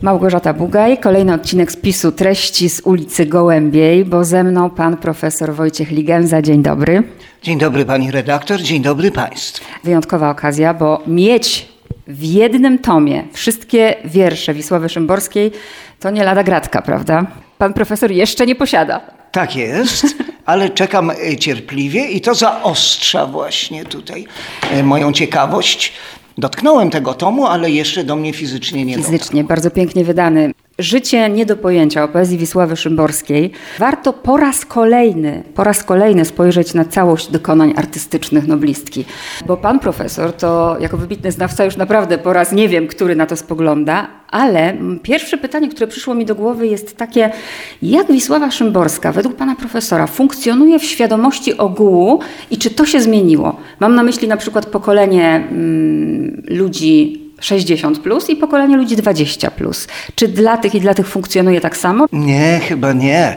Małgorzata Bugaj, kolejny odcinek spisu treści z ulicy Gołębiej, bo ze mną pan profesor Wojciech Ligenza. Dzień dobry. Dzień dobry pani redaktor, dzień dobry państwu. Wyjątkowa okazja, bo mieć w jednym tomie wszystkie wiersze Wisławy Szymborskiej to nie lada gratka, prawda? Pan profesor jeszcze nie posiada. Tak jest, ale czekam cierpliwie i to zaostrza właśnie tutaj moją ciekawość. Dotknąłem tego tomu, ale jeszcze do mnie fizycznie nie dotarł. Fizycznie, bardzo pięknie wydany. Życie nie do pojęcia o poezji Wisławy Szymborskiej. Warto po raz kolejny spojrzeć na całość dokonań artystycznych noblistki. Bo pan profesor to jako wybitny znawca już naprawdę po raz nie wiem, który na to spogląda, ale pierwsze pytanie, które przyszło mi do głowy jest takie, jak Wisława Szymborska według pana profesora funkcjonuje w świadomości ogółu i czy to się zmieniło? Mam na myśli na przykład pokolenie ludzi 60+ i pokolenie ludzi 20+. Czy dla tych funkcjonuje tak samo? Nie, chyba nie.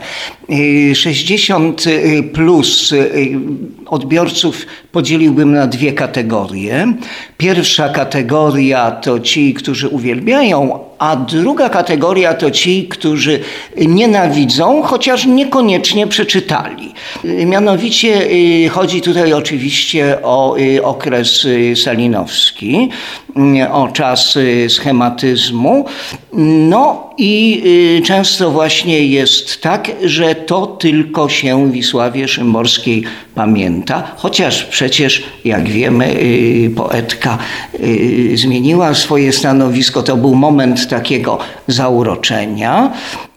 60+ odbiorców podzieliłbym na dwie kategorie. Pierwsza kategoria to ci, którzy uwielbiają, a druga kategoria to ci, którzy nienawidzą, chociaż niekoniecznie przeczytali. Mianowicie chodzi tutaj oczywiście o okres stalinowski, o czas schematyzmu. No i często właśnie jest tak, że to tylko się Wisławie Szymborskiej pamięta, chociaż przecież, jak wiemy, poetka zmieniła swoje stanowisko. To był moment takiego zauroczenia.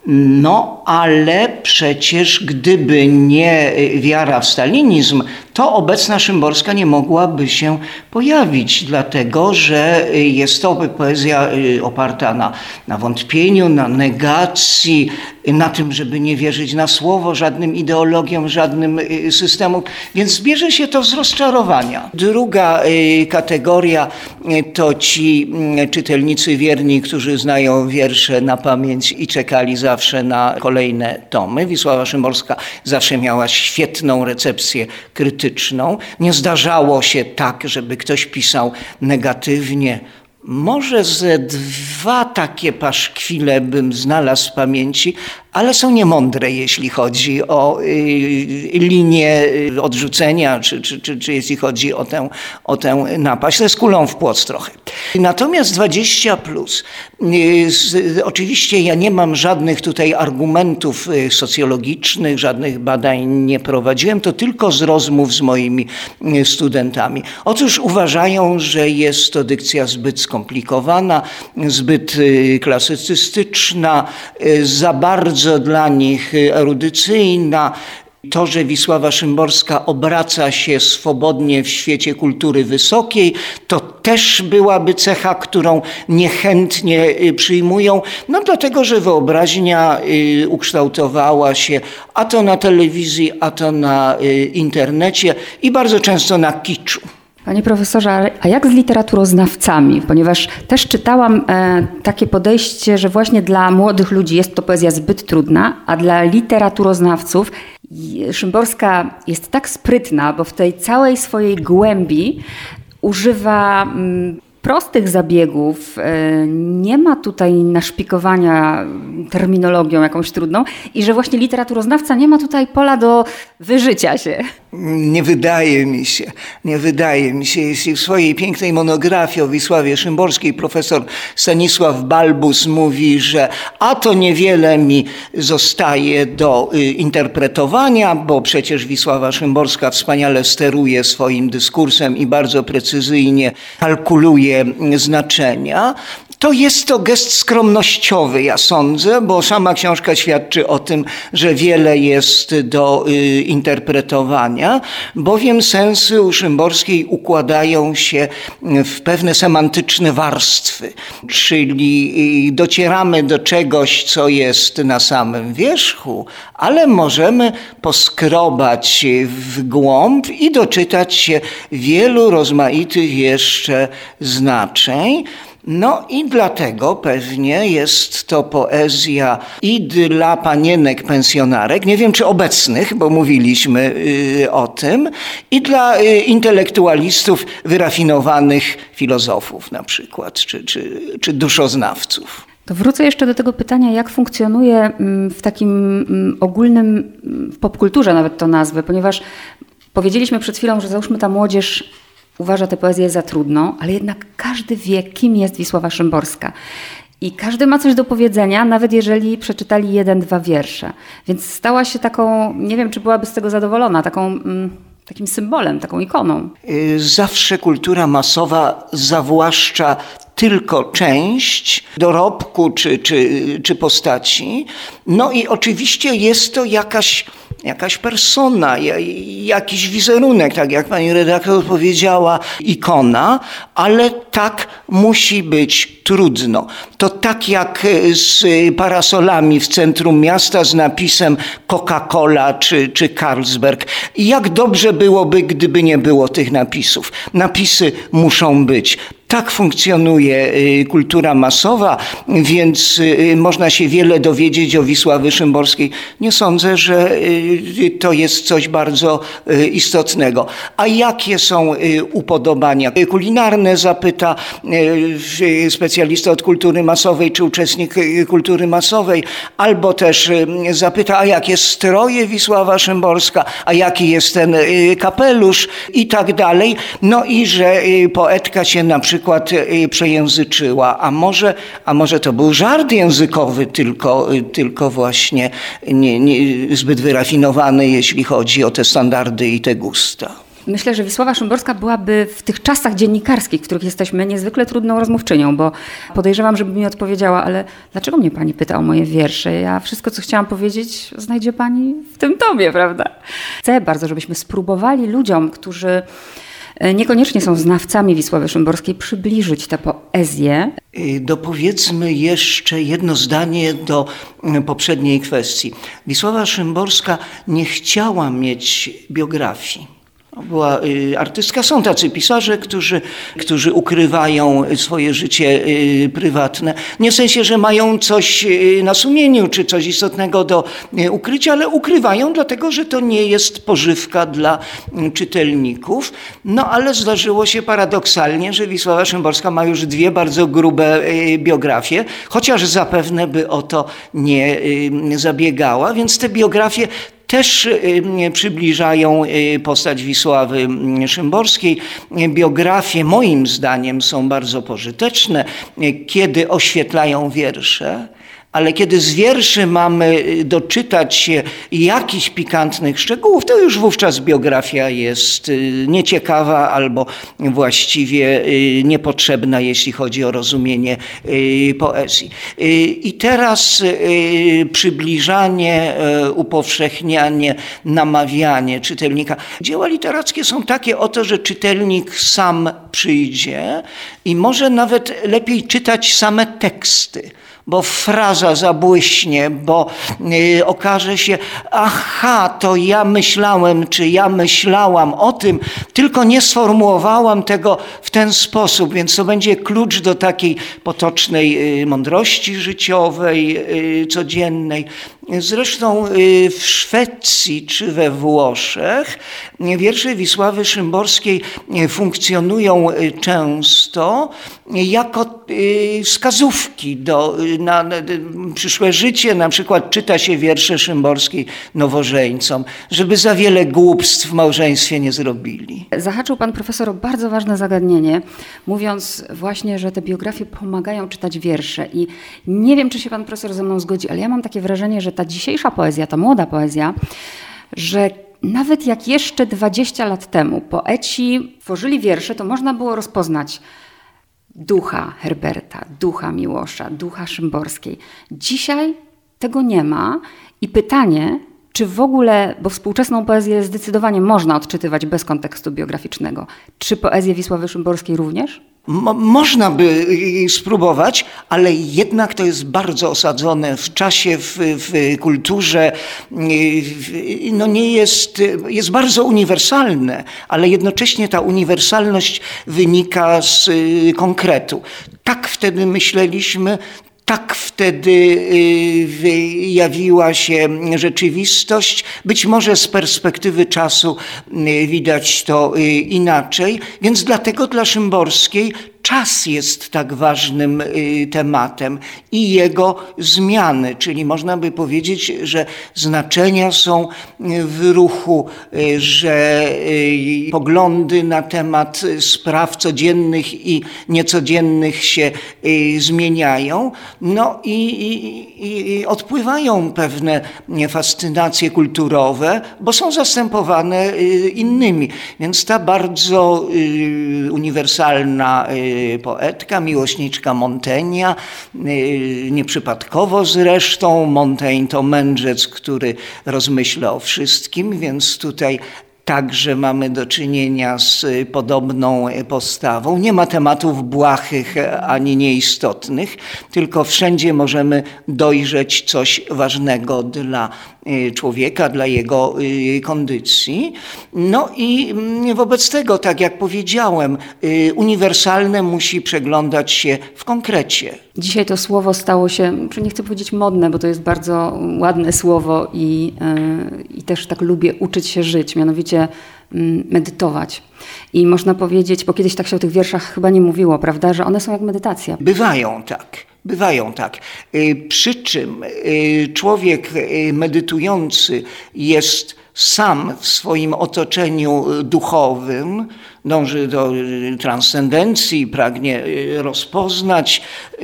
No, ale przecież gdyby nie wiara w stalinizm, to obecna Szymborska nie mogłaby się pojawić, dlatego że jest to poezja oparta na wątpieniu, na negacji, na tym, żeby nie wierzyć na słowo żadnym ideologiom, żadnym systemom, więc bierze się to z rozczarowania. Druga kategoria to ci czytelnicy wierni, którzy znają wiersze na pamięć i czekali zawsze na kolejne tomy. Wisława Szymborska zawsze miała świetną recepcję krytyczną. Nie zdarzało się tak, żeby ktoś pisał negatywnie. Może ze dwa takie paszkwile bym znalazł w pamięci, ale są niemądre, jeśli chodzi o linię odrzucenia, czy jeśli chodzi o tę napaść. To jest kulą w płoc trochę. Natomiast 20+. Oczywiście ja nie mam żadnych tutaj argumentów socjologicznych, żadnych badań nie prowadziłem, to tylko z rozmów z moimi studentami. Otóż uważają, że jest to dykcja zbyt skomplikowana, zbyt klasycystyczna, za bardzo dla nich erudycyjna. To, że Wisława Szymborska obraca się swobodnie w świecie kultury wysokiej, to też byłaby cecha, którą niechętnie przyjmują, no dlatego, że wyobraźnia ukształtowała się a to na telewizji, a to na internecie i bardzo często na kiczu. Panie profesorze, a jak z literaturoznawcami? Ponieważ też czytałam takie podejście, że właśnie dla młodych ludzi jest to poezja zbyt trudna, a dla literaturoznawców Szymborska jest tak sprytna, bo w tej całej swojej głębi używa prostych zabiegów, nie ma tutaj naszpikowania terminologią jakąś trudną i że właśnie literaturoznawca nie ma tutaj pola do wyżycia się. Nie wydaje mi się. Jeśli w swojej pięknej monografii o Wisławie Szymborskiej profesor Stanisław Balbus mówi, że a to niewiele mi zostaje do interpretowania, bo przecież Wisława Szymborska wspaniale steruje swoim dyskursem i bardzo precyzyjnie kalkuluje znaczenia, to jest to gest skromnościowy, ja sądzę, bo sama książka świadczy o tym, że wiele jest do interpretowania, bowiem sensy u Szymborskiej układają się w pewne semantyczne warstwy, czyli docieramy do czegoś, co jest na samym wierzchu, ale możemy poskrobać w głąb i doczytać się wielu rozmaitych jeszcze znaczeń. No i dlatego pewnie jest to poezja i dla panienek pensjonarek, nie wiem czy obecnych, bo mówiliśmy o tym, i dla intelektualistów, wyrafinowanych filozofów na przykład, czy duszoznawców. To wrócę jeszcze do tego pytania, jak funkcjonuje w takim ogólnym, w popkulturze nawet to nazwę, ponieważ powiedzieliśmy przed chwilą, że załóżmy ta młodzież uważa tę poezję za trudną, ale jednak każdy wie, kim jest Wisława Szymborska. I każdy ma coś do powiedzenia, nawet jeżeli przeczytali 1-2 wiersze. Więc stała się taką, nie wiem, czy byłaby z tego zadowolona, takim symbolem, taką ikoną. Zawsze kultura masowa zawłaszcza tylko część dorobku czy postaci. No i oczywiście jest to jakaś persona, jakiś wizerunek, tak jak pani redaktor powiedziała, ikona, ale tak musi być trudno. To tak jak z parasolami w centrum miasta z napisem Coca-Cola czy Carlsberg. Jak dobrze byłoby, gdyby nie było tych napisów. Napisy muszą być. Tak funkcjonuje kultura masowa, więc można się wiele dowiedzieć o Wisławie Szymborskiej. Nie sądzę, że to jest coś bardzo istotnego. A jakie są upodobania kulinarne, zapyta specjalista od kultury masowej czy uczestnik kultury masowej, albo też zapyta, a jakie stroje Wisława Szymborska, a jaki jest ten kapelusz i tak dalej. No i że poetka się na przykład przejęzyczyła, a może to był żart językowy, tylko właśnie nie zbyt wyrafinowany, jeśli chodzi o te standardy i te gusta. Myślę, że Wisława Szymborska byłaby w tych czasach dziennikarskich, w których jesteśmy, niezwykle trudną rozmówczynią, bo podejrzewam, żeby mi odpowiedziała, ale dlaczego mnie pani pyta o moje wiersze? Ja wszystko, co chciałam powiedzieć, znajdzie pani w tym tomie, prawda? Chcę bardzo, żebyśmy spróbowali ludziom, którzy niekoniecznie są znawcami Wisławy Szymborskiej, przybliżyć tę poezję. Dopowiedzmy jeszcze jedno zdanie do poprzedniej kwestii. Wisława Szymborska nie chciała mieć biografii. Była artystka. Są tacy pisarze, którzy ukrywają swoje życie prywatne. Nie w sensie, że mają coś na sumieniu, czy coś istotnego do ukrycia, ale ukrywają, dlatego że to nie jest pożywka dla czytelników. No ale zdarzyło się paradoksalnie, że Wisława Szymborska ma już 2 bardzo grube biografie, chociaż zapewne by o to nie zabiegała, więc te biografie też przybliżają postać Wisławy Szymborskiej. Biografie moim zdaniem są bardzo pożyteczne, kiedy oświetlają wiersze, ale kiedy z wierszy mamy doczytać się jakichś pikantnych szczegółów, to już wówczas biografia jest nieciekawa albo właściwie niepotrzebna, jeśli chodzi o rozumienie poezji. I teraz przybliżanie, upowszechnianie, namawianie czytelnika. Dzieła literackie są takie oto, że czytelnik sam przyjdzie i może nawet lepiej czytać same teksty, bo fraza zabłyśnie, bo okaże się, aha, to ja myślałem, czy ja myślałam o tym, tylko nie sformułowałam tego w ten sposób, więc to będzie klucz do takiej potocznej mądrości życiowej, codziennej. Zresztą w Szwecji czy we Włoszech wiersze Wisławy Szymborskiej funkcjonują często jako wskazówki na przyszłe życie. Na przykład czyta się wiersze Szymborskiej nowożeńcom, żeby za wiele głupstw w małżeństwie nie zrobili. Zahaczył pan profesor o bardzo ważne zagadnienie, mówiąc właśnie, że te biografie pomagają czytać wiersze. I nie wiem, czy się pan profesor ze mną zgodzi, ale ja mam takie wrażenie, że ta dzisiejsza poezja, ta młoda poezja, że nawet jak jeszcze 20 lat temu poeci tworzyli wiersze, to można było rozpoznać ducha Herberta, ducha Miłosza, ducha Szymborskiej. Dzisiaj tego nie ma i pytanie, czy w ogóle, bo współczesną poezję zdecydowanie można odczytywać bez kontekstu biograficznego, czy poezję Wisławy Szymborskiej również? Można by spróbować, ale jednak to jest bardzo osadzone w czasie, w kulturze. No nie jest bardzo uniwersalne, ale jednocześnie ta uniwersalność wynika z konkretu. Tak wtedy myśleliśmy, tak wtedy jawiła się rzeczywistość. Być może z perspektywy czasu widać to inaczej, więc dlatego dla Szymborskiej czas jest tak ważnym tematem i jego zmiany, czyli można by powiedzieć, że znaczenia są w ruchu, że poglądy na temat spraw codziennych i niecodziennych się zmieniają, no i odpływają pewne fascynacje kulturowe, bo są zastępowane innymi. Więc ta bardzo uniwersalna poetka, miłośniczka Montaigne'a, nieprzypadkowo zresztą. Montaigne to mędrzec, który rozmyśla o wszystkim, więc tutaj także mamy do czynienia z podobną postawą. Nie ma tematów błahych ani nieistotnych, tylko wszędzie możemy dojrzeć coś ważnego dla człowieka, dla jego kondycji. No i wobec tego, tak jak powiedziałem, uniwersalne musi przeglądać się w konkrecie. Dzisiaj to słowo stało się, czy nie chcę powiedzieć modne, bo to jest bardzo ładne słowo i też tak lubię uczyć się żyć, mianowicie medytować. I można powiedzieć, bo kiedyś tak się o tych wierszach chyba nie mówiło, prawda, że one są jak medytacja. Bywają tak. Przy czym człowiek medytujący jest sam w swoim otoczeniu duchowym, dąży do transcendencji, pragnie rozpoznać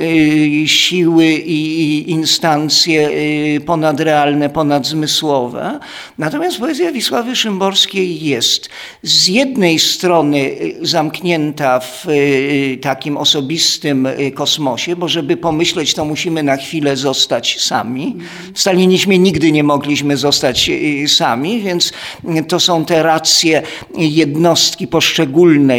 siły i instancje ponadrealne, ponadzmysłowe. Natomiast poezja Wisławy Szymborskiej jest z jednej strony zamknięta w takim osobistym kosmosie, bo żeby pomyśleć, to musimy na chwilę zostać sami. W stalinizmie nigdy nie mogliśmy zostać sami, więc to są te racje jednostki poszczególnej,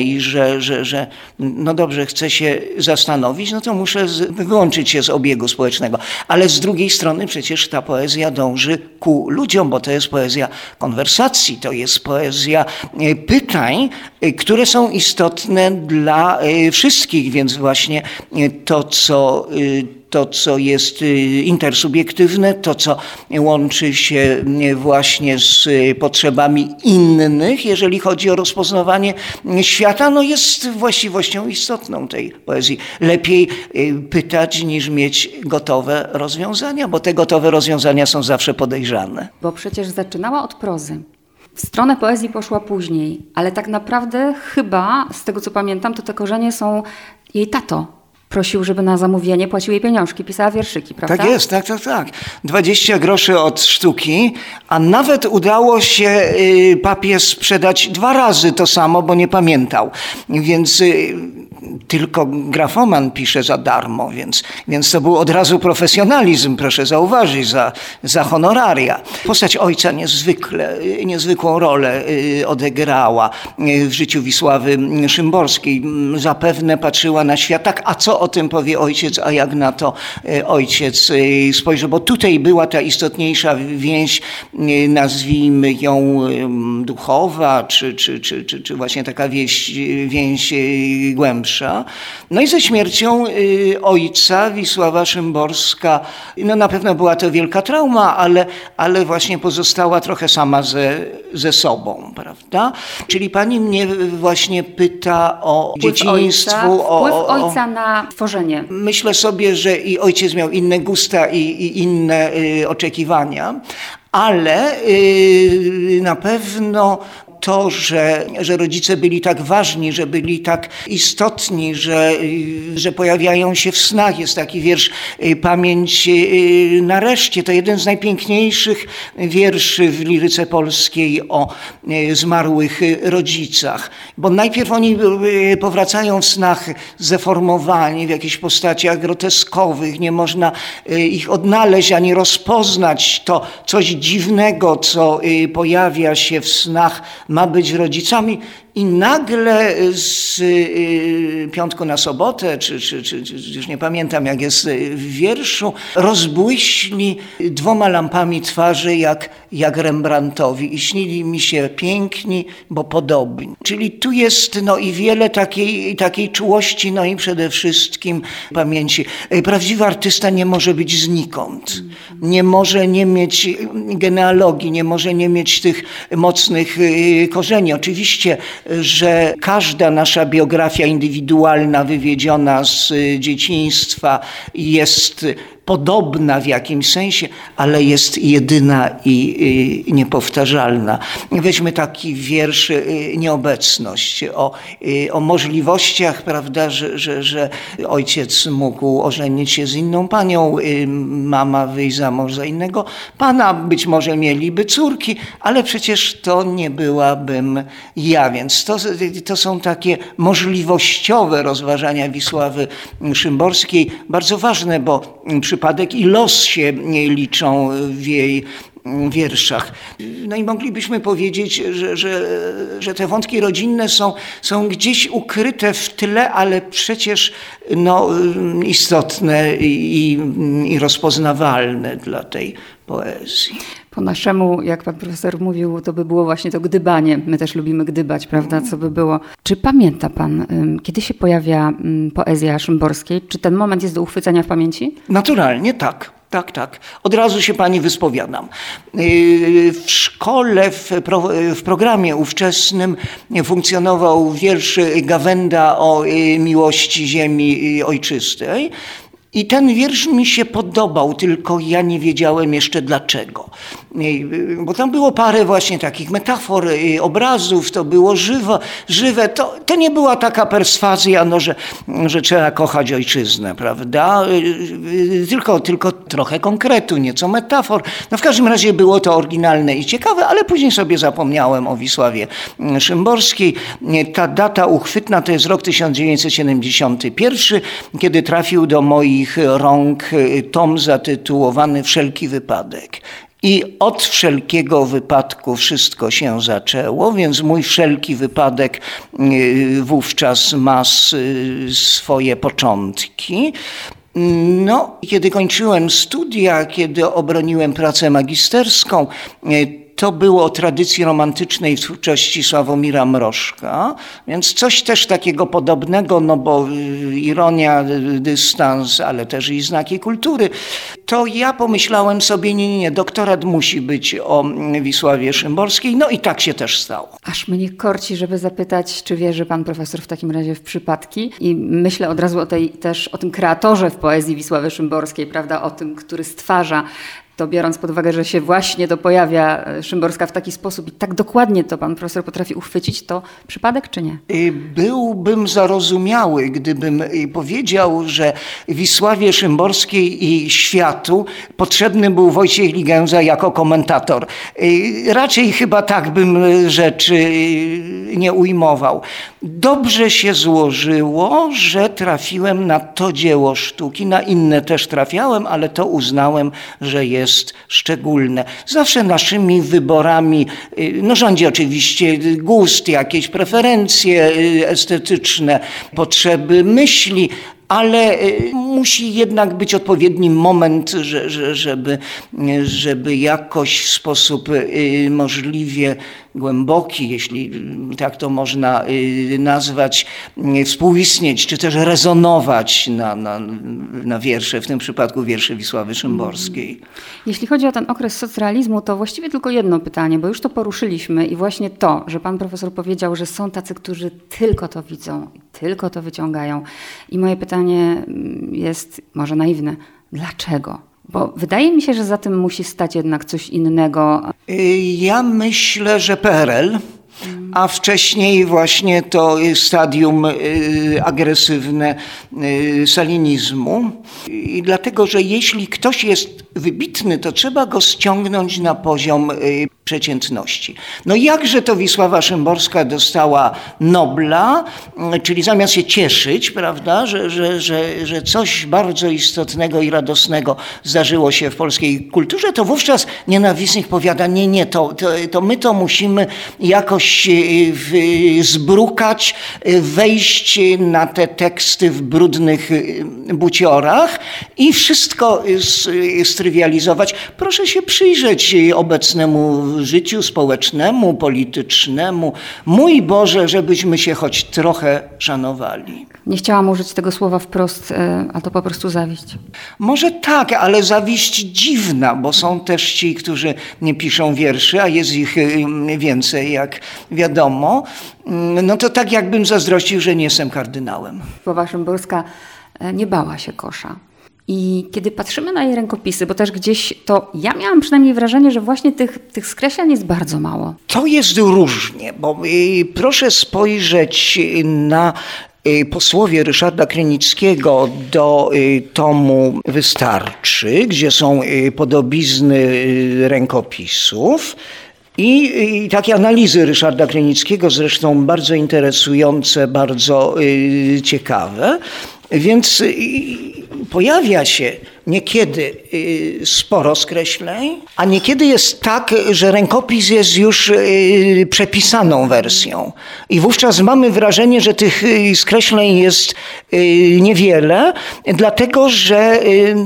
że no dobrze, chcę się zastanowić, no to muszę wyłączyć się z obiegu społecznego. Ale z drugiej strony przecież ta poezja dąży ku ludziom, bo to jest poezja konwersacji, to jest poezja pytań, które są istotne dla wszystkich, więc właśnie to, co jest intersubiektywne, to, co łączy się właśnie z potrzebami innych, jeżeli chodzi o rozpoznawanie świata, no jest właściwością istotną tej poezji. Lepiej pytać, niż mieć gotowe rozwiązania, bo te gotowe rozwiązania są zawsze podejrzane. Bo przecież zaczynała od prozy. W stronę poezji poszła później, ale tak naprawdę chyba, z tego co pamiętam, to te korzenie są jej tato. Prosił, żeby na zamówienie płacił jej pieniążki, pisała wierszyki, prawda? Tak jest, tak. 20 groszy od sztuki, a nawet udało się papie sprzedać 2 razy to samo, bo nie pamiętał. Więc tylko grafoman pisze za darmo, więc to był od razu profesjonalizm, proszę zauważyć, za honoraria. Postać ojca niezwykłą rolę odegrała w życiu Wisławy Szymborskiej. Zapewne patrzyła na świat tak, a co o tym powie ojciec, a jak na to ojciec spojrzy, bo tutaj była ta istotniejsza więź, nazwijmy ją duchowa, czy właśnie taka więź głębsza. No i ze śmiercią ojca Wisława Szymborska, no na pewno była to wielka trauma, ale właśnie pozostała trochę sama ze sobą, prawda? Czyli pani mnie właśnie pyta o dzieciństwo, wpływ ojca na tworzenie. Myślę sobie, że i ojciec miał inne gusta i inne oczekiwania, ale na pewno to, że rodzice byli tak ważni, że byli tak istotni, że pojawiają się w snach. Jest taki wiersz Pamięć nareszcie. To jeden z najpiękniejszych wierszy w liryce polskiej o zmarłych rodzicach. Bo najpierw oni powracają w snach zdeformowani, w jakichś postaciach groteskowych. Nie można ich odnaleźć ani rozpoznać. To coś dziwnego, co pojawia się w snach, ma być rodzicami i nagle z piątku na sobotę, czy już nie pamiętam jak jest w wierszu, rozbłyśli 2 lampami twarzy jak Rembrandtowi i śnili mi się piękni, bo podobni. Czyli tu jest i wiele takiej czułości, i przede wszystkim pamięci. Prawdziwy artysta nie może być znikąd. Nie może nie mieć genealogii, nie może nie mieć tych mocnych korzeni. Oczywiście że każda nasza biografia indywidualna wywiedziona z dzieciństwa jest podobna w jakimś sensie, ale jest jedyna i niepowtarzalna. Weźmy taki wiersz Nieobecność o możliwościach, prawda, że ojciec mógł ożenić się z inną panią, mama wyjść za mąż za innego pana, być może mieliby córki, ale przecież to nie byłabym ja, więc to są takie możliwościowe rozważania Wisławy Szymborskiej, bardzo ważne, bo przypadek i los się liczą w jej wierszach. No i moglibyśmy powiedzieć, że te wątki rodzinne są gdzieś ukryte w tle, ale przecież istotne i rozpoznawalne dla tej poezji. Po naszemu, jak pan profesor mówił, to by było właśnie to gdybanie. My też lubimy gdybać, prawda? Co by było? Czy pamięta pan, kiedy się pojawia poezja Szymborskiej? Czy ten moment jest do uchwycenia w pamięci? Naturalnie tak. Tak. Od razu się pani wyspowiadam. W szkole, w programie ówczesnym funkcjonował wiersz Gawenda o miłości ziemi ojczystej. I ten wiersz mi się podobał, tylko ja nie wiedziałem jeszcze dlaczego. Bo tam było parę właśnie takich metafor, obrazów, to było żywe. To nie była taka perswazja, że trzeba kochać ojczyznę, prawda? Tylko trochę konkretu, nieco metafor. No w każdym razie było to oryginalne i ciekawe, ale później sobie zapomniałem o Wisławie Szymborskiej. Ta data uchwytna to jest rok 1971, kiedy trafił do moich rąk tom zatytułowany Wszelki wypadek. I od wszelkiego wypadku wszystko się zaczęło, więc mój wszelki wypadek wówczas ma swoje początki. No, kiedy kończyłem studia, kiedy obroniłem pracę magisterską, to było o tradycji romantycznej w twórczości Sławomira Mrożka, więc coś też takiego podobnego, bo ironia, dystans, ale też i znaki kultury. To ja pomyślałem sobie, nie, doktorat musi być o Wisławie Szymborskiej, no i tak się też stało. Aż mnie korci, żeby zapytać, czy wierzy pan profesor w takim razie w przypadki? I myślę od razu o tym kreatorze w poezji Wisławy Szymborskiej, prawda, o tym, który stwarza. To biorąc pod uwagę, że się właśnie pojawia Szymborska w taki sposób i tak dokładnie to pan profesor potrafi uchwycić, to przypadek czy nie? Byłbym zarozumiały, gdybym powiedział, że Wisławie Szymborskiej i światu potrzebny był Wojciech Ligęza jako komentator. Raczej chyba tak bym rzeczy nie ujmował. Dobrze się złożyło, że trafiłem na to dzieło sztuki, na inne też trafiałem, ale to uznałem, że jest szczególne. Zawsze naszymi wyborami rządzi oczywiście gust, jakieś preferencje estetyczne, potrzeby myśli, ale musi jednak być odpowiedni moment, żeby jakoś w sposób możliwie głęboki, jeśli tak to można nazwać, współistnieć, czy też rezonować na wiersze, w tym przypadku wiersze Wisławy Szymborskiej. Jeśli chodzi o ten okres socrealizmu, to właściwie tylko jedno pytanie, bo już to poruszyliśmy i właśnie to, że pan profesor powiedział, że są tacy, którzy tylko to widzą, tylko to wyciągają. I moje pytanie jest może naiwne. Dlaczego? Bo wydaje mi się, że za tym musi stać jednak coś innego. Ja myślę, że PRL, a wcześniej właśnie to stadium agresywne salinizmu. I dlatego, że jeśli ktoś jest wybitny, to trzeba go ściągnąć na poziom przeciętności. No jakże to Wisława Szymborska dostała Nobla, czyli zamiast się cieszyć, prawda, że coś bardzo istotnego i radosnego zdarzyło się w polskiej kulturze, to wówczas Nienawistnik powiada, nie, to my to musimy jakoś zbrukać, wejść na te teksty w brudnych buciorach i wszystko stricte trywializować. Proszę się przyjrzeć obecnemu życiu społecznemu, politycznemu. Mój Boże, żebyśmy się choć trochę szanowali. Nie chciałam użyć tego słowa wprost, a to po prostu zawiść. Może tak, ale zawiść dziwna, bo są też ci, którzy nie piszą wierszy, a jest ich więcej, jak wiadomo. No to tak jakbym zazdrościł, że nie jestem kardynałem. Sława Szymborska nie bała się kosza. I kiedy patrzymy na jej rękopisy, bo też gdzieś to ja miałam przynajmniej wrażenie, że właśnie tych skreśleń jest bardzo mało. To jest różnie, bo proszę spojrzeć na posłowie Ryszarda Krynickiego do tomu Wystarczy, gdzie są podobizny rękopisów. I takie analizy Ryszarda Krynickiego, zresztą bardzo interesujące, bardzo ciekawe. Więc pojawia się niekiedy sporo skreśleń, a niekiedy jest tak, że rękopis jest już przepisaną wersją. I wówczas mamy wrażenie, że tych skreśleń jest niewiele, dlatego że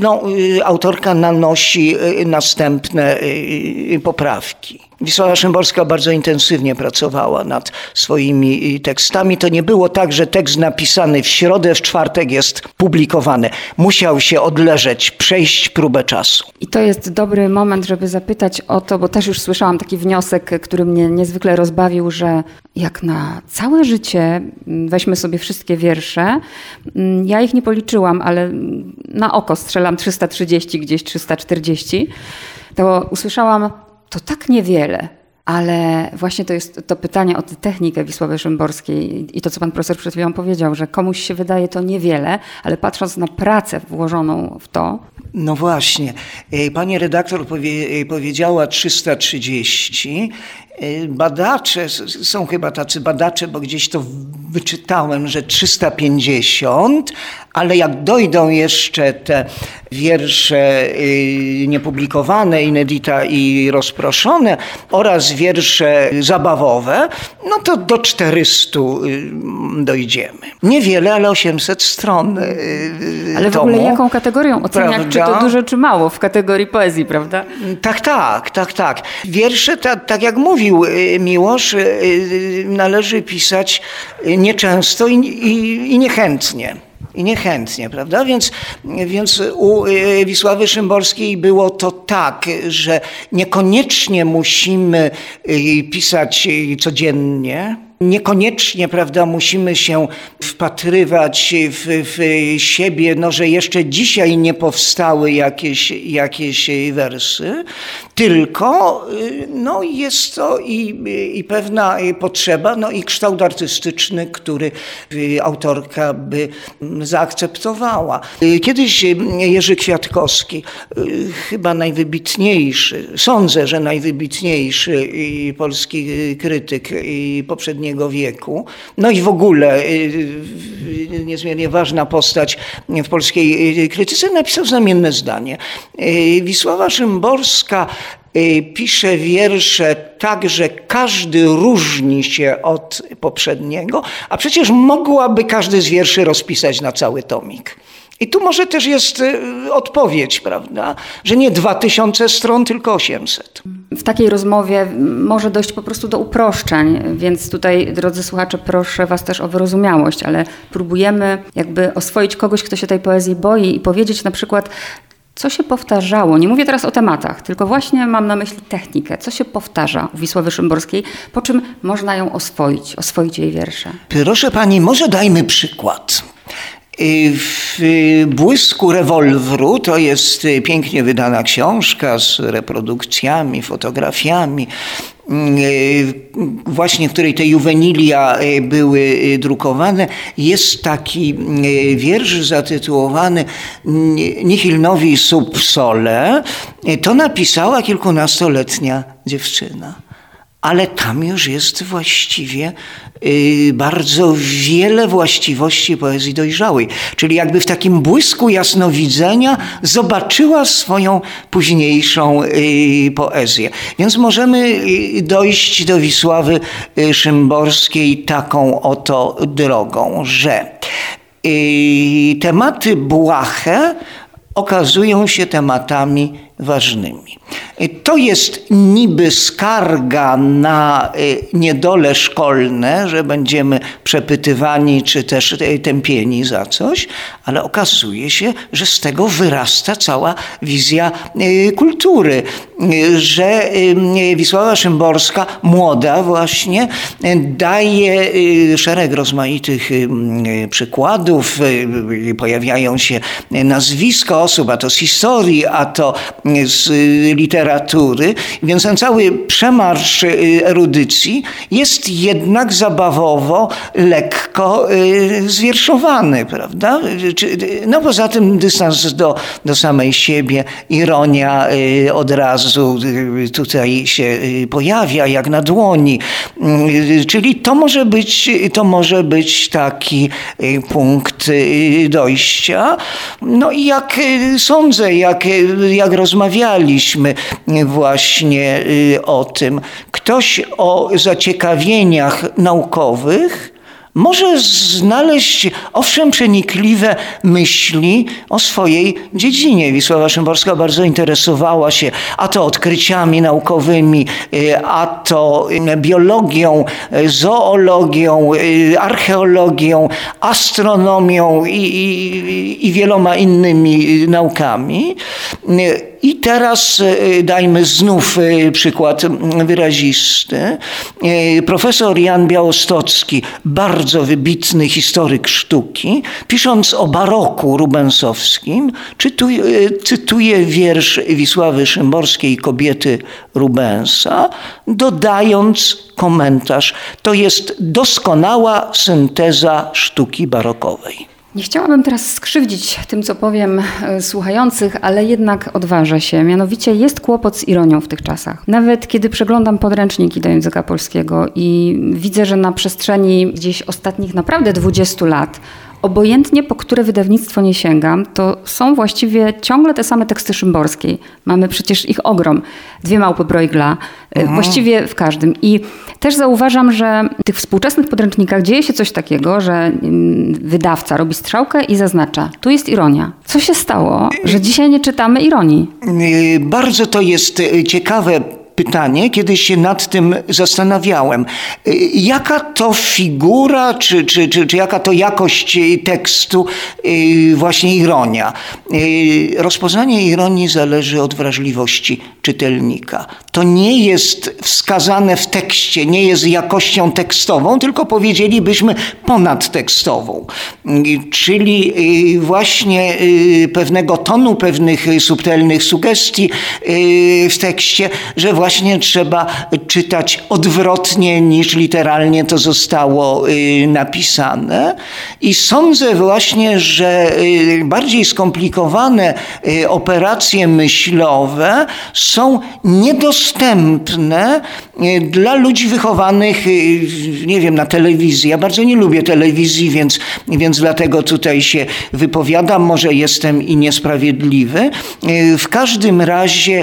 autorka nanosi następne poprawki. Wisława Szymborska bardzo intensywnie pracowała nad swoimi tekstami. To nie było tak, że tekst napisany w środę, w czwartek jest publikowany. Musiał się odleżeć, przejść próbę czasu. I to jest dobry moment, żeby zapytać o to, bo też już słyszałam taki wniosek, który mnie niezwykle rozbawił, że jak na całe życie weźmy sobie wszystkie wiersze, ja ich nie policzyłam, ale na oko strzelam 330, gdzieś 340, to usłyszałam, to tak niewiele, ale właśnie to jest to pytanie o tę technikę Wisławy Szymborskiej i to, co pan profesor przed chwilą powiedział, że komuś się wydaje to niewiele, ale patrząc na pracę włożoną w to. No właśnie. Pani redaktor powiedziała 330. Badacze, są chyba tacy badacze, bo gdzieś to wyczytałem, że 350, ale jak dojdą jeszcze te wiersze niepublikowane, inedita i rozproszone oraz wiersze zabawowe, no to do 400 dojdziemy. Niewiele, ale 800 stron Ale w ogóle jaką kategorią oceniać, czy to dużo, czy mało w kategorii poezji, prawda? Tak. Wiersze, tak jak mówił Miłosz, należy pisać nieczęsto i niechętnie. I niechętnie, prawda? Więc u Wisławy Szymborskiej było to tak, że niekoniecznie musimy pisać codziennie, niekoniecznie, prawda, musimy się wpatrywać w siebie, że jeszcze dzisiaj nie powstały jakieś wersy, tylko jest to i pewna potrzeba, i kształt artystyczny, który autorka by zaakceptowała. Kiedyś Jerzy Kwiatkowski, chyba najwybitniejszy, sądzę, że najwybitniejszy polski krytyk poprzedniego wieku, i w ogóle niezmiernie ważna postać w polskiej krytyce, napisał znamienne zdanie. Wisława Szymborska pisze wiersze tak, że każdy różni się od poprzedniego, a przecież mogłaby każdy z wierszy rozpisać na cały tomik. I tu może też jest odpowiedź, prawda, że nie 2000 stron, tylko 800. W takiej rozmowie może dojść po prostu do uproszczeń, więc tutaj, drodzy słuchacze, proszę was też o wyrozumiałość, ale próbujemy jakby oswoić kogoś, kto się tej poezji boi i powiedzieć na przykład, co się powtarzało. Nie mówię teraz o tematach, tylko właśnie mam na myśli technikę. Co się powtarza u Wisławy Szymborskiej, po czym można ją oswoić jej wiersze. Proszę pani, może dajmy przykład. W Błysku rewolweru, to jest pięknie wydana książka z reprodukcjami, fotografiami, właśnie w której te juwenilia były drukowane, jest taki wiersz zatytułowany Nihil novi sub sole. To napisała kilkunastoletnia dziewczyna. Ale tam już jest właściwie bardzo wiele właściwości poezji dojrzałej. Czyli jakby w takim błysku jasnowidzenia zobaczyła swoją późniejszą poezję. Więc możemy dojść do Wisławy Szymborskiej taką oto drogą, że tematy błahe okazują się tematami ważnymi. To jest niby skarga na niedole szkolne, że będziemy przepytywani czy też tępieni za coś, ale okazuje się, że z tego wyrasta cała wizja kultury, że Wisława Szymborska, młoda właśnie, daje szereg rozmaitych przykładów, pojawiają się nazwiska osób, a to z historii, a to z literatury, więc ten cały przemarsz erudycji jest jednak zabawowo, lekko zwierszowany, prawda? No poza tym dystans do samej siebie, ironia od razu tutaj się pojawia jak na dłoni, czyli to może być taki punkt dojścia. No i jak sądzę, jak rozmawialiśmy właśnie o tym, ktoś o zaciekawieniach naukowych może znaleźć, owszem, przenikliwe myśli o swojej dziedzinie. Wisława Szymborska bardzo interesowała się a to odkryciami naukowymi, a to biologią, zoologią, archeologią, astronomią i wieloma innymi naukami. I teraz dajmy znów przykład wyrazisty. Profesor Jan Białostocki, bardzo wybitny historyk sztuki, pisząc o baroku rubensowskim, cytuje wiersz Wisławy Szymborskiej Kobiety Rubensa, dodając komentarz: to jest doskonała synteza sztuki barokowej. Nie chciałabym teraz skrzywdzić tym, co powiem słuchających, ale jednak odważę się. Mianowicie jest kłopot z ironią w tych czasach. Nawet kiedy przeglądam podręczniki do języka polskiego i widzę, że na przestrzeni gdzieś ostatnich naprawdę 20 lat obojętnie po które wydawnictwo nie sięgam, to są właściwie ciągle te same teksty Szymborskiej. Mamy przecież ich ogrom. Dwie małpy Bruegla, właściwie w każdym. I też zauważam, że w tych współczesnych podręcznikach dzieje się coś takiego, że wydawca robi strzałkę i zaznacza: tu jest ironia. Co się stało, że dzisiaj nie czytamy ironii? Bardzo to jest ciekawe pytanie, kiedy się nad tym zastanawiałem. Jaka to figura, czy jaka to jakość tekstu właśnie ironia? Rozpoznanie ironii zależy od wrażliwości czytelnika. To nie jest wskazane w tekście, nie jest jakością tekstową, tylko powiedzielibyśmy ponadtekstową. Czyli właśnie pewnego tonu, pewnych subtelnych sugestii w tekście, że właśnie trzeba czytać odwrotnie niż literalnie to zostało napisane. I sądzę właśnie, że bardziej skomplikowane operacje myślowe są niedostępne dla ludzi wychowanych, nie wiem, na telewizji. Ja bardzo nie lubię telewizji, więc dlatego tutaj się wypowiadam. Może jestem i niesprawiedliwy. W każdym razie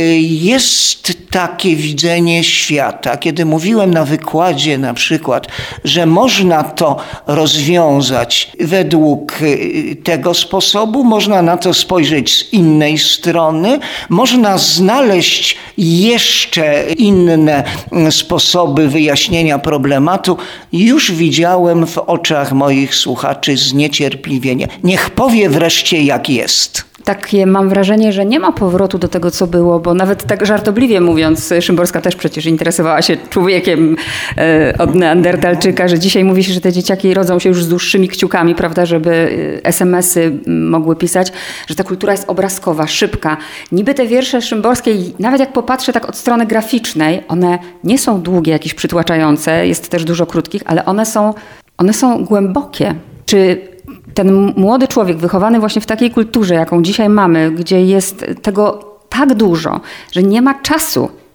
jest takie widzenie świata. Kiedy mówiłem na wykładzie na przykład, że można to rozwiązać według tego sposobu, można na to spojrzeć z innej strony, można znaleźć jeszcze inne sposoby wyjaśnienia problematu, już widziałem w oczach moich słuchaczy zniecierpliwienie. Niech powie wreszcie, jak jest. Takie mam wrażenie, że nie ma powrotu do tego, co było, bo nawet tak żartobliwie mówiąc, Szymborska też przecież interesowała się człowiekiem od neandertalczyka, że dzisiaj mówi się, że te dzieciaki rodzą się już z dłuższymi kciukami, prawda, żeby SMS-y mogły pisać, że ta kultura jest obrazkowa, szybka. Niby te wiersze Szymborskiej, nawet jak popatrzę tak od strony graficznej, one nie są długie, jakieś przytłaczające, jest też dużo krótkich, ale one są głębokie. Czy ten młody człowiek wychowany właśnie w takiej kulturze, jaką dzisiaj mamy, gdzie jest tego tak dużo, że nie ma czasu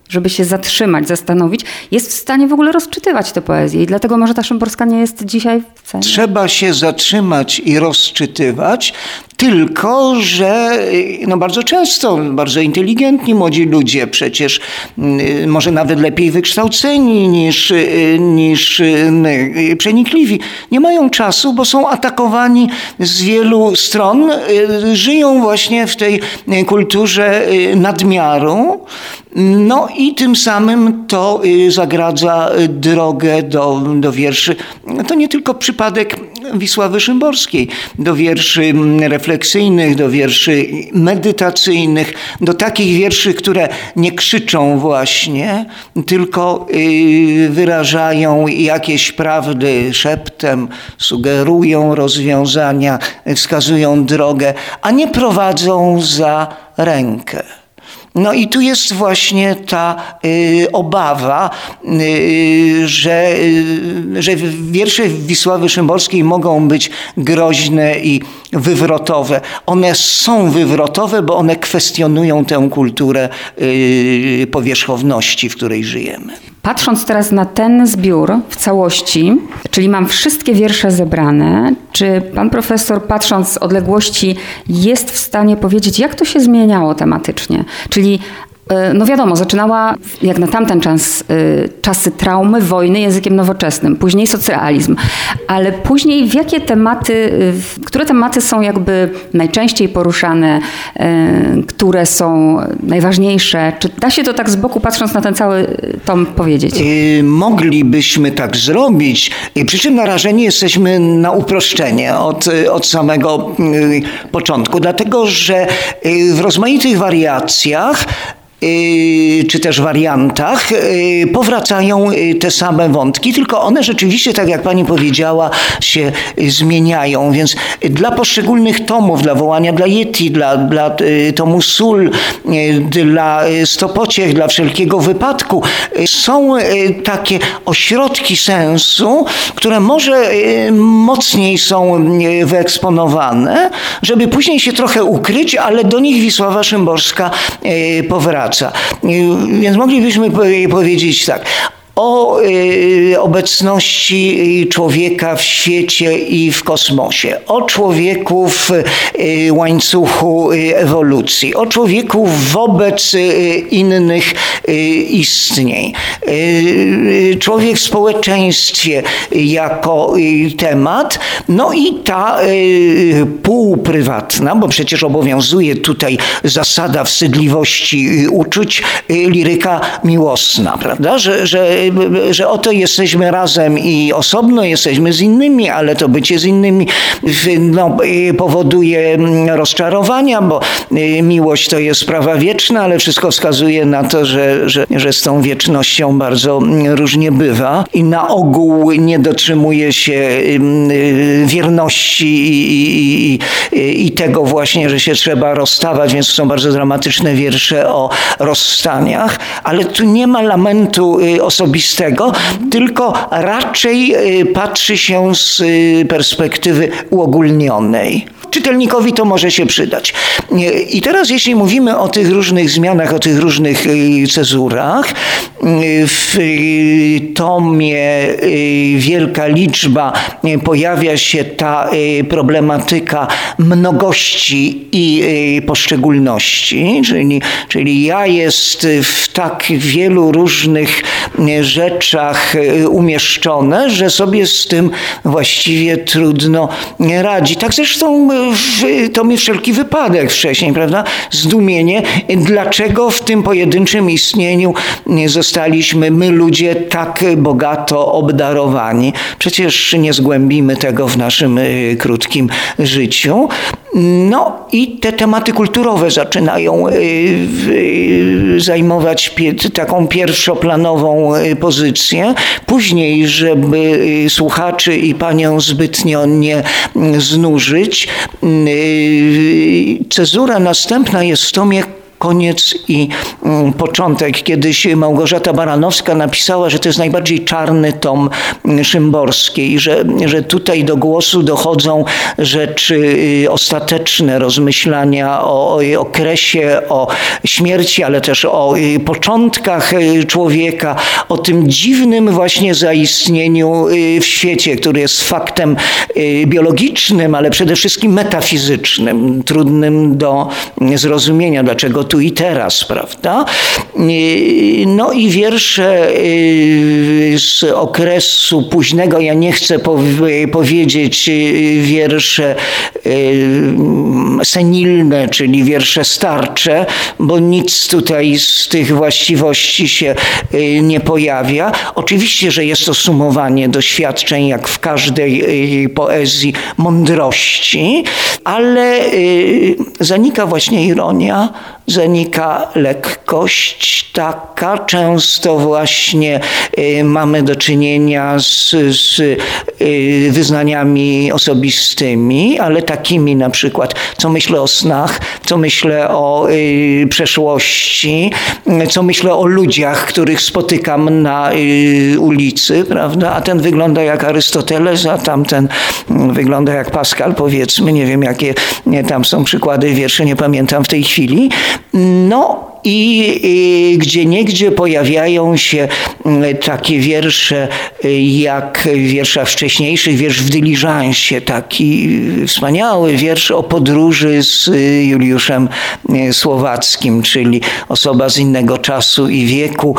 żeby się zatrzymać, zastanowić, jest w stanie w ogóle rozczytywać tę poezję. I dlatego może ta Szymborska nie jest dzisiaj w cenie. Trzeba się zatrzymać i rozczytywać, tylko że bardzo często bardzo inteligentni młodzi ludzie, przecież może nawet lepiej wykształceni niż przenikliwi, nie mają czasu, bo są atakowani z wielu stron, żyją właśnie w tej kulturze nadmiaru. No i tym samym to zagradza drogę do wierszy. To nie tylko przypadek Wisławy Szymborskiej, do wierszy refleksyjnych, do wierszy medytacyjnych, do takich wierszy, które nie krzyczą właśnie, tylko wyrażają jakieś prawdy szeptem, sugerują rozwiązania, wskazują drogę, a nie prowadzą za rękę. No i tu jest właśnie ta obawa, że wiersze Wisławy Szymborskiej mogą być groźne i wywrotowe. One są wywrotowe, bo one kwestionują tę kulturę powierzchowności, w której żyjemy. Patrząc teraz na ten zbiór w całości, czyli mam wszystkie wiersze zebrane, czy pan profesor, patrząc z odległości, jest w stanie powiedzieć, jak to się zmieniało tematycznie? Czyli no wiadomo, zaczynała jak na tamten czas czasy traumy, wojny językiem nowoczesnym, później socrealizm, ale później które tematy są jakby najczęściej poruszane, które są najważniejsze? Czy da się to tak z boku, patrząc na ten cały tom, powiedzieć? Moglibyśmy tak zrobić, przy czym narażeni jesteśmy na uproszczenie od samego początku, dlatego że w rozmaitych wariacjach czy też wariantach powracają te same wątki, tylko one rzeczywiście, tak jak pani powiedziała, się zmieniają. Więc dla poszczególnych tomów, dla Wołania dla Yeti, dla tomu Sól, dla Stopociech, dla Wszelkiego Wypadku są takie ośrodki sensu, które może mocniej są wyeksponowane, żeby później się trochę ukryć, ale do nich Wisława Szymborska powraca. Więc moglibyśmy powiedzieć tak: o obecności człowieka w świecie i w kosmosie, o człowieku w łańcuchu ewolucji, o człowieku wobec innych istnień, człowiek w społeczeństwie jako temat, no i ta półprywatna, bo przecież obowiązuje tutaj zasada wstydliwości uczuć, liryka miłosna, prawda, że oto jesteśmy razem i osobno jesteśmy z innymi, ale to bycie z innymi powoduje rozczarowania, bo miłość to jest sprawa wieczna, ale wszystko wskazuje na to, że z tą wiecznością bardzo różnie bywa i na ogół nie dotrzymuje się wierności i tego właśnie, że się trzeba rozstawać, więc są bardzo dramatyczne wiersze o rozstaniach, ale tu nie ma lamentu osobistego, tylko raczej patrzy się z perspektywy uogólnionej. Czytelnikowi to może się przydać. I teraz jeśli mówimy o tych różnych zmianach, o tych różnych cezurach, w tomie Wielka Liczba pojawia się ta problematyka mnogości i poszczególności, czyli ja jest w tak wielu różnych rzeczach umieszczone, że sobie z tym właściwie trudno radzi. Tak zresztą w tomie Wszelki Wypadek wcześniej, prawda? Zdumienie, dlaczego w tym pojedynczym istnieniu zostaliśmy my ludzie tak bogato obdarowani. Przecież nie zgłębimy tego w naszym krótkim życiu. No i te tematy kulturowe zaczynają zajmować taką pierwszoplanową pozycję. Później, żeby słuchaczy i panią zbytnio nie znużyć, cezura następna jest w tomie koniec i początek. Kiedyś Małgorzata Baranowska napisała, że to jest najbardziej czarny tom Szymborskiej, że tutaj do głosu dochodzą rzeczy ostateczne, rozmyślania o okresie, o śmierci, ale też o początkach człowieka, o tym dziwnym właśnie zaistnieniu w świecie, który jest faktem biologicznym, ale przede wszystkim metafizycznym, trudnym do zrozumienia, dlaczego tu i teraz, prawda? No i wiersze z okresu późnego, ja nie chcę powiedzieć wiersze senilne, czyli wiersze starcze, bo nic tutaj z tych właściwości się nie pojawia. Oczywiście, że jest to sumowanie doświadczeń, jak w każdej poezji, mądrości, ale zanika właśnie ironia, zanika lekkość taka. Często właśnie mamy do czynienia z wyznaniami osobistymi, ale takimi na przykład, co myślę o snach, co myślę o przeszłości, co myślę o ludziach, których spotykam na ulicy, prawda? A ten wygląda jak Arystoteles, a tamten wygląda jak Pascal, powiedzmy. Nie wiem, jakie tam są przykłady wierszy, nie pamiętam w tej chwili. No i gdzieniegdzie pojawiają się takie wiersze jak w wierszach wcześniejszych, wiersz w dyliżansie, taki wspaniały wiersz o podróży z Juliuszem Słowackim, czyli osoba z innego czasu i wieku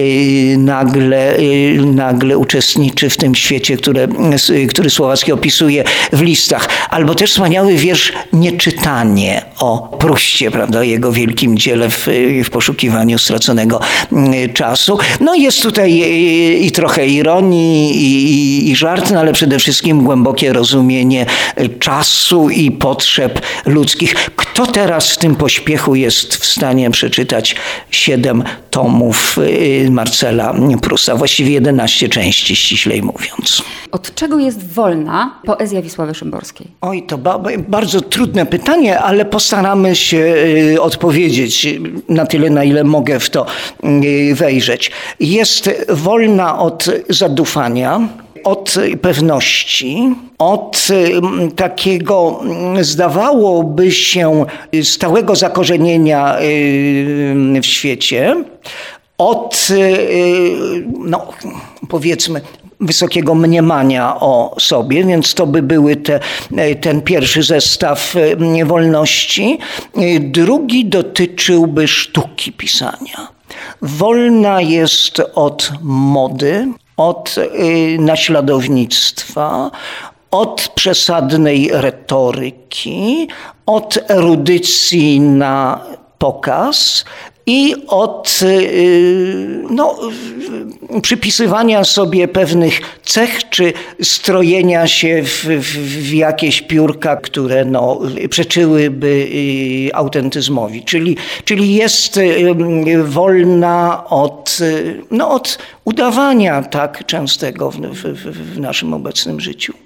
nagle uczestniczy w tym świecie, który Słowacki opisuje w listach. Albo też wspaniały wiersz Nieczytanie o Pruście, prawda, jego wielkim dziele w poszukiwaniu straconego czasu. No jest tutaj i trochę ironii, i żart, no ale przede wszystkim głębokie rozumienie czasu i potrzeb ludzkich. Kto teraz w tym pośpiechu jest w stanie przeczytać 7 tomów Marcela Prusta, właściwie 11 części, ściślej mówiąc. Od czego jest wolna poezja Wisławy Szymborskiej? Oj, to bardzo trudne pytanie, ale postaramy się odpowiedzieć na tyle, na ile mogę w to wejrzeć. Jest wolna od zadufania, od pewności, od takiego, zdawałoby się, stałego zakorzenienia w świecie, od, no powiedzmy, wysokiego mniemania o sobie, więc to by były ten pierwszy zestaw wolności. Drugi dotyczyłby sztuki pisania. Wolna jest od mody, od naśladownictwa, od przesadnej retoryki, od erudycji na pokaz i od przypisywania sobie pewnych cech, czy strojenia się w jakieś piórka, które przeczyłyby autentyzmowi. Czyli jest wolna od udawania tak częstego w naszym obecnym życiu.